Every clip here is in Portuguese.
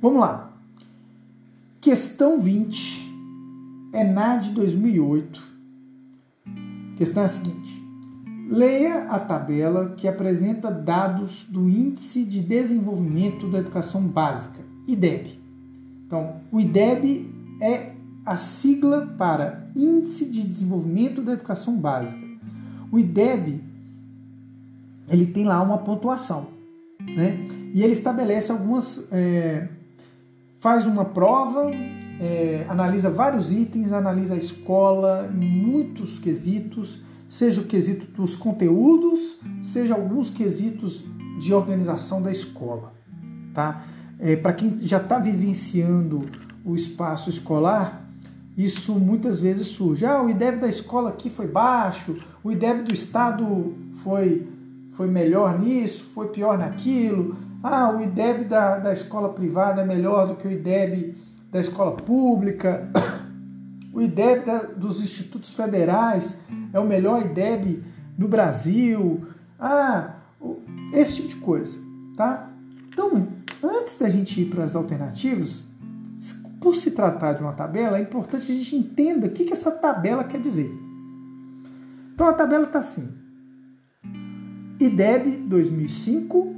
Vamos lá. Questão 20, ENAD 2008. Questão é a seguinte. Leia a tabela que apresenta dados do Índice de Desenvolvimento da Educação Básica, IDEB. Então, o IDEB é a sigla para Índice de Desenvolvimento da Educação Básica. O IDEB, ele tem lá uma pontuação, né? E ele estabelece algumas... faz uma prova, analisa vários itens, analisa a escola em muitos quesitos, seja o quesito dos conteúdos, seja alguns quesitos de organização da escola, tá? Para quem já está vivenciando o espaço escolar, isso muitas vezes surge. O IDEB da escola aqui foi baixo, o IDEB do estado foi melhor nisso, foi pior naquilo. O IDEB da escola privada é melhor do que o IDEB da escola pública. O IDEB dos institutos federais é o melhor IDEB no Brasil. Esse tipo de coisa, tá? Então, antes da gente ir para as alternativas, por se tratar de uma tabela, é importante que a gente entenda o que essa tabela quer dizer. Então, a tabela está assim. IDEB 2005,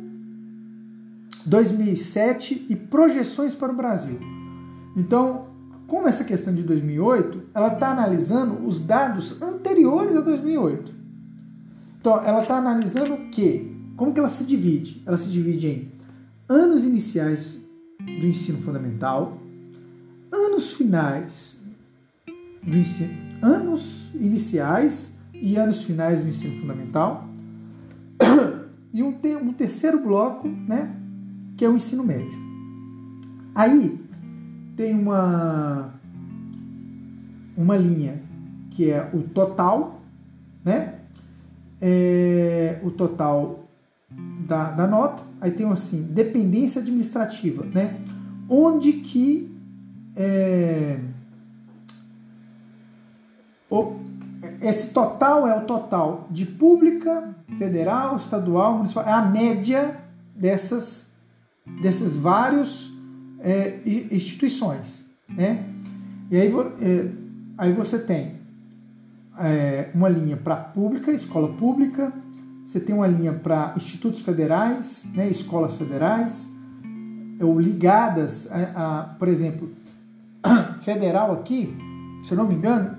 2007 e projeções para o Brasil. Então, como essa questão de 2008, ela está analisando os dados anteriores a 2008. Então, ela está analisando o quê? Como que ela se divide? Ela se divide em anos iniciais do ensino fundamental, anos finais do ensino, anos iniciais e anos finais do ensino fundamental, e um terceiro bloco, né, que é o ensino médio. Aí tem uma linha que é o total, né? O total da nota. Aí tem assim, dependência administrativa, né? Onde que esse total é o total de pública, federal, estadual, municipal, é a média desses vários instituições, né? E aí você tem uma linha para pública, escola pública, você tem uma linha para institutos federais, né, escolas federais, ou ligadas por exemplo, federal aqui, se eu não me engano,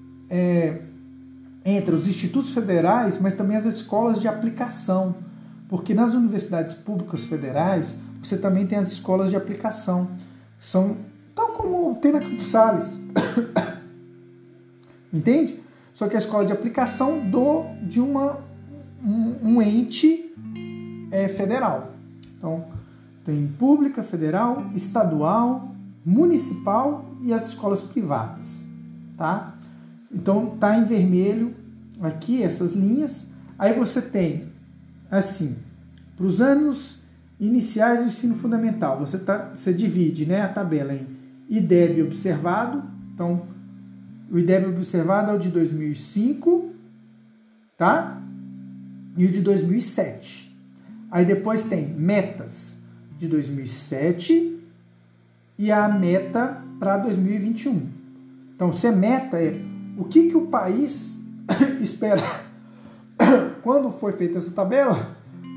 entre os institutos federais, mas também as escolas de aplicação, porque nas universidades públicas federais você também tem as escolas de aplicação, são tal como tem na Campos Sales, entende? Só que a escola de aplicação de um ente federal. Então, tem pública, federal, estadual, municipal e as escolas privadas, tá? Então, tá em vermelho aqui essas linhas. Aí você tem, assim, para os anos iniciais do ensino fundamental, você divide, né, a tabela em IDEB observado. Então, o IDEB observado é o de 2005, tá? E o de 2007. Aí depois tem metas de 2007 e a meta para 2021. Então, se a meta o que o país espera quando foi feita essa tabela,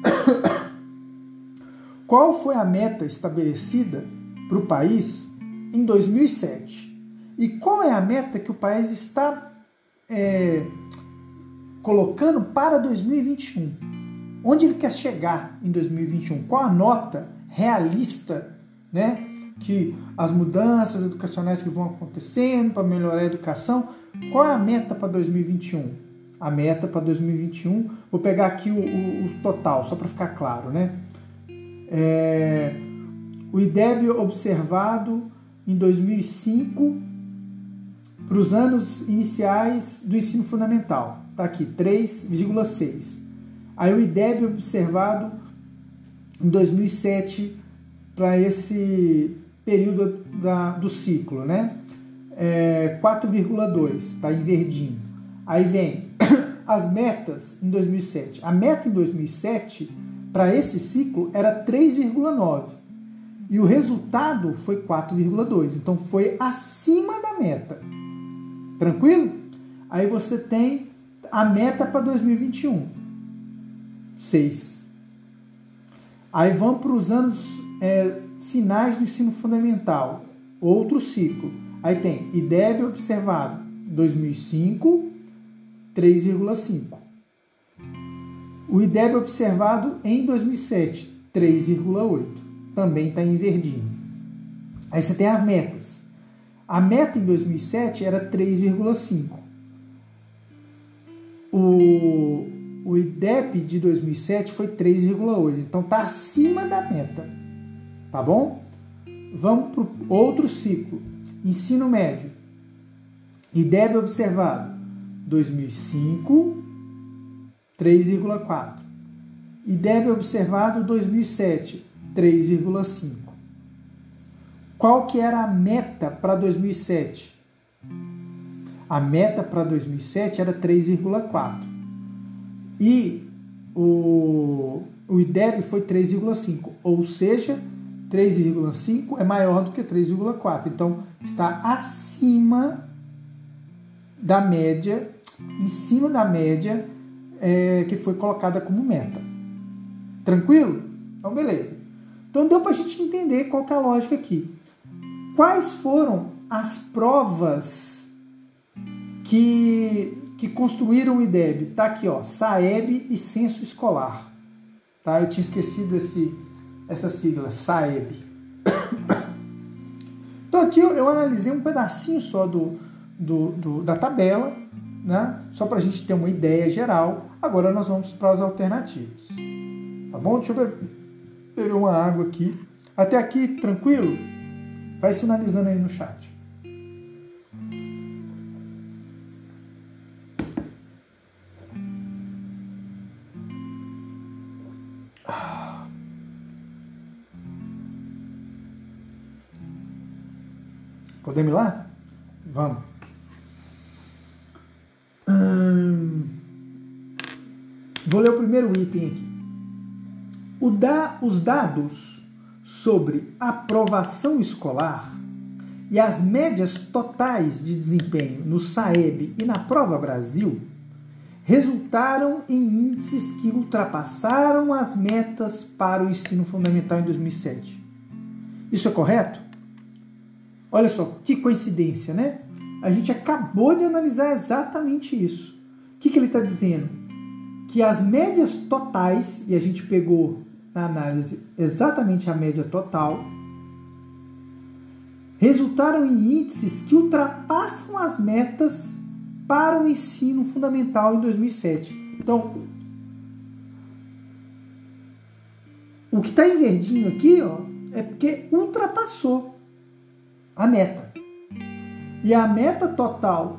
qual foi a meta estabelecida para o país em 2007 e qual é a meta que o país está colocando para 2021, onde ele quer chegar em 2021, qual a nota realista, né, que as mudanças educacionais que vão acontecendo para melhorar a educação. Qual é a meta para 2021? A meta para 2021, vou pegar aqui o total, só para ficar claro, né? O IDEB observado em 2005 para os anos iniciais do ensino fundamental. Está aqui, 3,6. Aí o IDEB observado em 2007 para esse período do ciclo, né? 4,2, está em verdinho. Aí vem as metas em 2007. A meta em 2007 para esse ciclo era 3,9. E o resultado foi 4,2. Então foi acima da meta. Tranquilo? Aí você tem a meta para 2021. 6. Aí vamos para os anos finais do ensino fundamental. Outro ciclo. Aí tem IDEB observado 2005, 3,5. O IDEB observado em 2007, 3,8. Também está em verdinho. Aí você tem as metas. A meta em 2007 era 3,5. O IDEB de 2007 foi 3,8. Então está acima da meta. Tá bom? Vamos para o outro ciclo. Ensino médio. IDEB observado 2005, 3,4. IDEB observado 2007, 3,5. Qual que era a meta para 2007? A meta para 2007 era 3,4. E o IDEB foi 3,5. Ou seja, 3,5 é maior do que 3,4. Então, está acima da média, em cima da média que foi colocada como meta. Tranquilo? Então, beleza. Então, deu para a gente entender qual que é a lógica aqui. Quais foram as provas que construíram o IDEB? Tá aqui, ó, SAEB e Censo Escolar. Tá? Eu tinha esquecido essa sigla, SAEB. Então, aqui eu analisei um pedacinho só da tabela, né? Só para a gente ter uma ideia geral. Agora nós vamos para as alternativas. Tá bom? Deixa eu beber uma água aqui. Até aqui, tranquilo? Vai sinalizando aí no chat. Podemos ir lá? Vamos. Vou ler o primeiro item aqui. Os dados sobre aprovação escolar e as médias totais de desempenho no SAEB e na Prova Brasil resultaram em índices que ultrapassaram as metas para o ensino fundamental em 2007. Isso é correto? Olha só, que coincidência, né? A gente acabou de analisar exatamente isso. O que ele está dizendo? Que as médias totais, e a gente pegou na análise exatamente a média total, resultaram em índices que ultrapassam as metas para o ensino fundamental em 2007. Então, o que está em verdinho aqui, ó, é porque ultrapassou a meta. E a meta total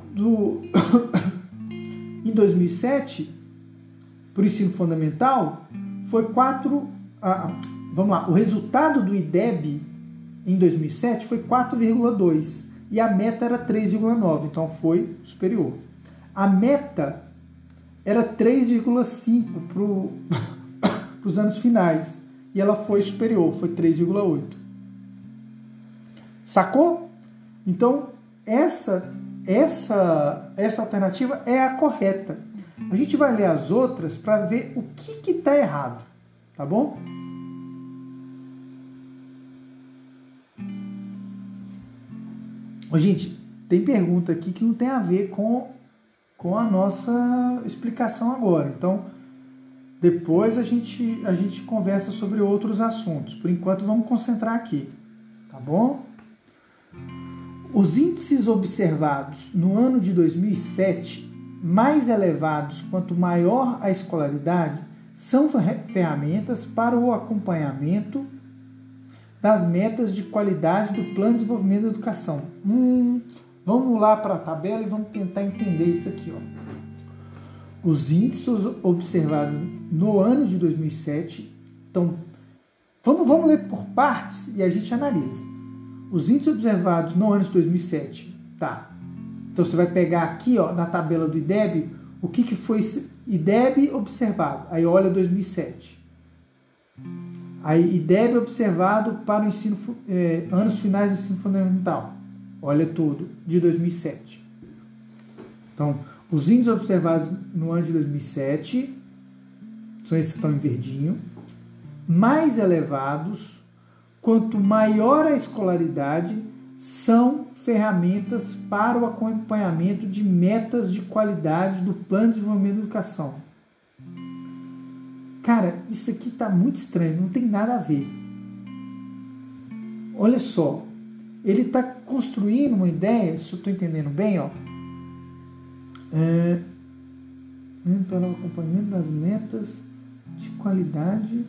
em 2007, para o ensino fundamental, foi 4... vamos lá, o resultado do IDEB em 2007 foi 4,2 e a meta era 3,9, então foi superior. A meta era 3,5 para os anos finais e ela foi superior, foi 3,8. Sacou? Então, essa alternativa é a correta. A gente vai ler as outras para ver o que está errado, tá bom? Gente, tem pergunta aqui que não tem a ver com a nossa explicação agora. Então, depois a gente conversa sobre outros assuntos. Por enquanto, vamos concentrar aqui, tá bom? Os índices observados no ano de 2007, mais elevados quanto maior a escolaridade, são ferramentas para o acompanhamento das metas de qualidade do Plano de Desenvolvimento da Educação. Vamos lá para a tabela e vamos tentar entender isso aqui, ó. Os índices observados no ano de 2007, então, vamos ler por partes e a gente analisa. Os índices observados no ano de 2007, tá? Então você vai pegar aqui, ó, na tabela do IDEB, o que foi IDEB observado. Aí olha 2007. Aí, IDEB observado para o ensino, anos finais do ensino fundamental. Olha tudo, de 2007. Então, os índices observados no ano de 2007, são esses que estão em verdinho, mais elevados, quanto maior a escolaridade, são ferramentas para o acompanhamento de metas de qualidade do Plano de Desenvolvimento da Educação. Cara, isso aqui está muito estranho, não tem nada a ver. Olha só, ele está construindo uma ideia, se eu estou entendendo bem, ó, para o acompanhamento das metas de qualidade.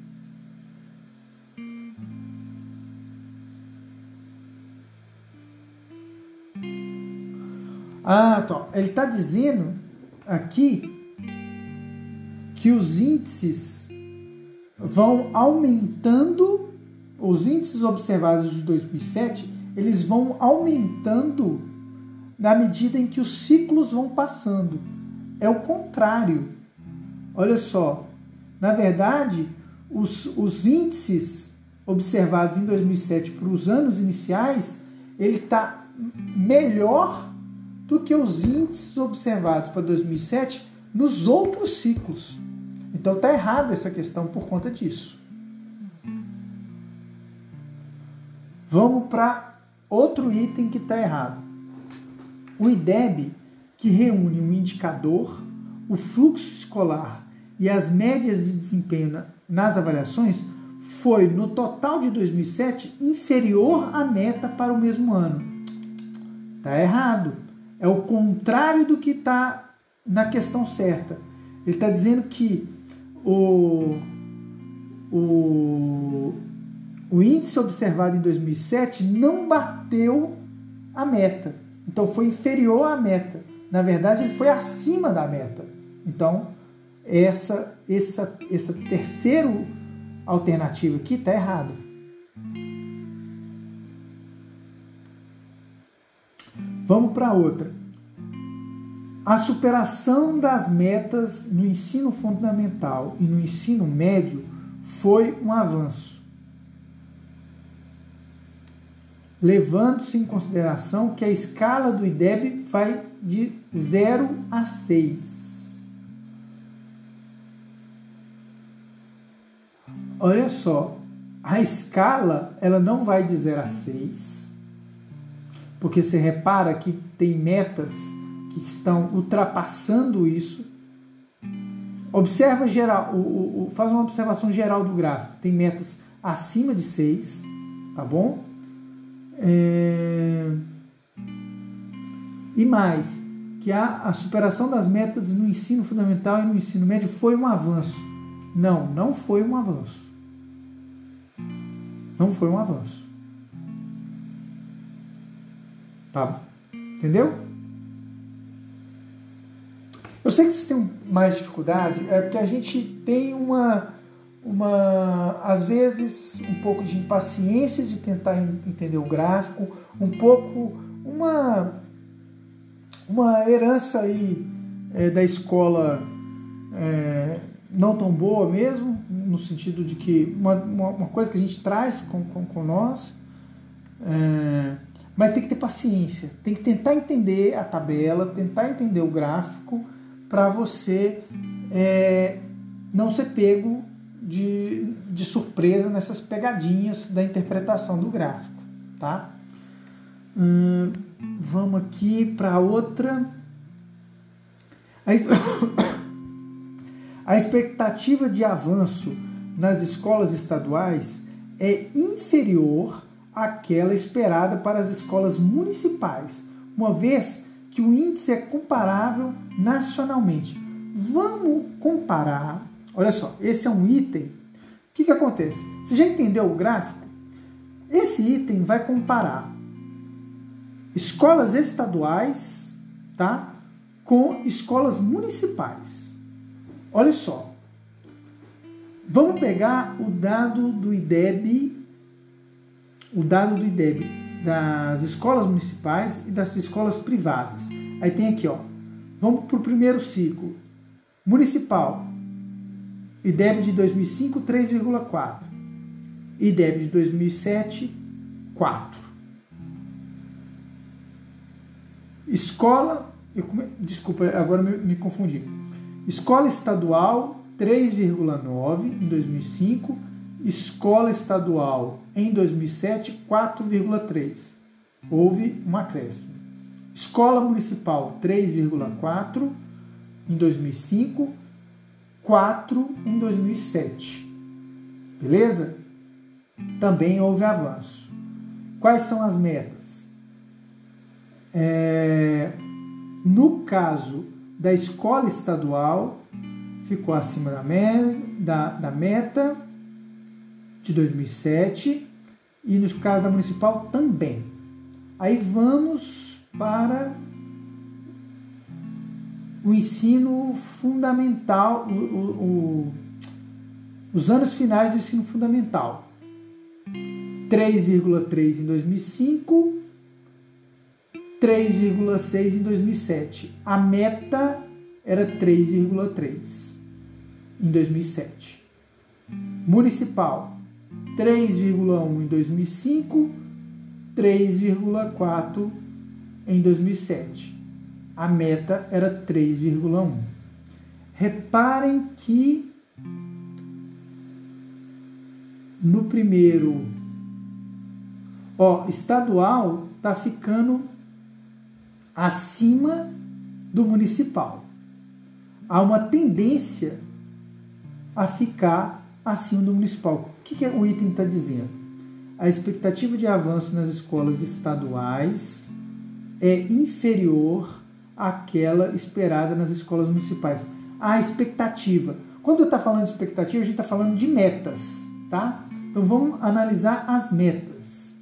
Tá. Ele está dizendo aqui que os índices vão aumentando, os índices observados de 2007, eles vão aumentando na medida em que os ciclos vão passando. É o contrário. Olha só, na verdade, os índices observados em 2007 para os anos iniciais, ele está melhor do que os índices observados para 2007 nos outros ciclos. Então está errada essa questão por conta disso. Vamos para outro item que está errado. O IDEB, que reúne um indicador, o fluxo escolar e as médias de desempenho nas avaliações, foi, no total de 2007, inferior à meta para o mesmo ano. Está errado. É o contrário do que está na questão certa. Ele está dizendo que o índice observado em 2007 não bateu a meta. Então, foi inferior à meta. Na verdade, ele foi acima da meta. Então, essa terceira alternativa aqui está errada. Vamos para outra. A superação das metas no ensino fundamental e no ensino médio foi um avanço, levando-se em consideração que a escala do IDEB vai de 0 a 6. Olha só, a escala ela não vai de 0 a 6, porque você repara que tem metas que estão ultrapassando isso. Observa geral, faz uma observação geral do gráfico. Tem metas acima de 6, tá bom? E mais, que a superação das metas no ensino fundamental e no ensino médio foi um avanço. Não foi um avanço. Não foi um avanço. Tá? Entendeu? Eu sei que vocês têm mais dificuldade, é porque a gente tem às vezes, um pouco de impaciência de tentar entender o gráfico, um pouco, uma herança aí da escola não tão boa mesmo, no sentido de que uma coisa que a gente traz com nós, mas tem que ter paciência, tem que tentar entender a tabela, tentar entender o gráfico, para você não ser pego de surpresa nessas pegadinhas da interpretação do gráfico, tá? Vamos aqui para outra. A expectativa de avanço nas escolas estaduais é inferior àquela esperada para as escolas municipais, uma vez que o índice é comparável nacionalmente. Vamos comparar. Olha só, esse é um item. O que acontece? Você já entendeu o gráfico? Esse item vai comparar escolas estaduais, tá, com escolas municipais. Olha só. Vamos pegar o dado do IDEB, das escolas municipais e das escolas privadas. Aí tem aqui, ó. Vamos para o primeiro ciclo. Municipal. IDEB de 2005, 3,4. IDEB de 2007, 4. Escola, desculpa, agora me confundi. Escola estadual, 3,9 em 2005. Escola estadual em 2007, 4,3. Houve um acréscimo. Escola municipal, 3,4 em 2005, 4 em 2007. Beleza? Também houve avanço. Quais são as metas? No caso da escola estadual, ficou acima da meta de 2007 e no caso da municipal também. Aí vamos para o ensino fundamental, os anos finais do ensino fundamental. 3,3 em 2005, 3,6 em 2007. A meta era 3,3 em 2007. Municipal, 3,1 em 2005, 3,4 em 2007. A meta era 3,1. Reparem que no primeiro, estadual está ficando acima do municipal. Há uma tendência a ficar acima do municipal. O que o item está dizendo? A expectativa de avanço nas escolas estaduais é inferior àquela esperada nas escolas municipais. A expectativa. Quando está falando de expectativa, a gente está falando de metas, tá? Então vamos analisar as metas.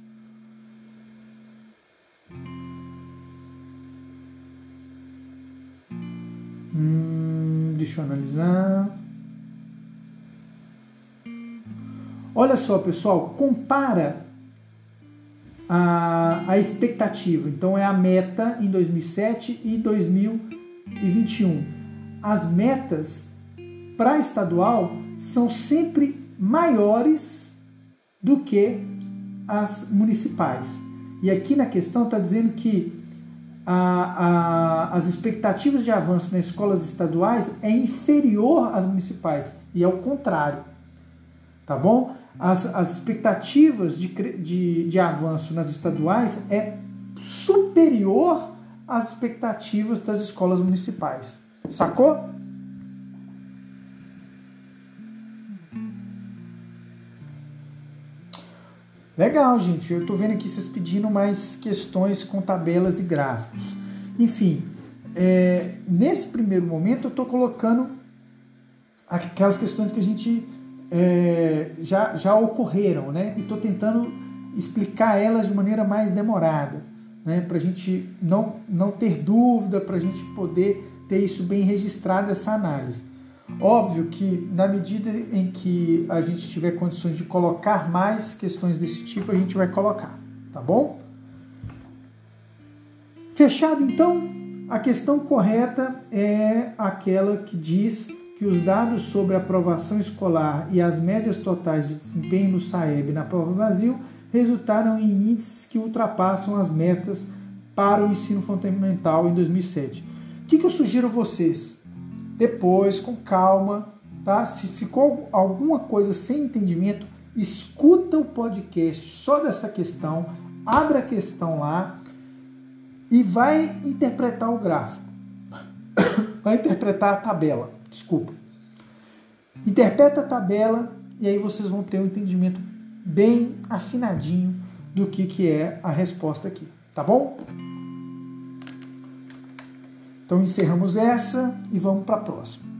Deixa eu analisar. Olha só, pessoal, compara a expectativa. Então, é a meta em 2007 e 2021. As metas para estadual são sempre maiores do que as municipais. E aqui na questão está dizendo que as expectativas de avanço nas escolas estaduais é inferior às municipais. E é o contrário. Tá bom? As expectativas de avanço nas estaduais é superior às expectativas das escolas municipais. Sacou? Legal, gente. Eu estou vendo aqui vocês pedindo mais questões com tabelas e gráficos. Enfim, nesse primeiro momento eu estou colocando aquelas questões que a gente já ocorreram, né? E estou tentando explicar elas de maneira mais demorada, né? Para a gente não ter dúvida, para a gente poder ter isso bem registrado, essa análise. Óbvio que na medida em que a gente tiver condições de colocar mais questões desse tipo, a gente vai colocar, tá bom? Fechado então? A questão correta é aquela que diz que os dados sobre a aprovação escolar e as médias totais de desempenho no SAEB na Prova Brasil resultaram em índices que ultrapassam as metas para o ensino fundamental em 2007. O que eu sugiro a vocês? Depois, com calma, tá? Se ficou alguma coisa sem entendimento, escuta o podcast só dessa questão, abre a questão lá e vai interpretar o gráfico. Vai interpretar a tabela, desculpa. Interpreta a tabela e aí vocês vão ter um entendimento bem afinadinho do que é a resposta aqui, tá bom? Então encerramos essa e vamos para a próxima.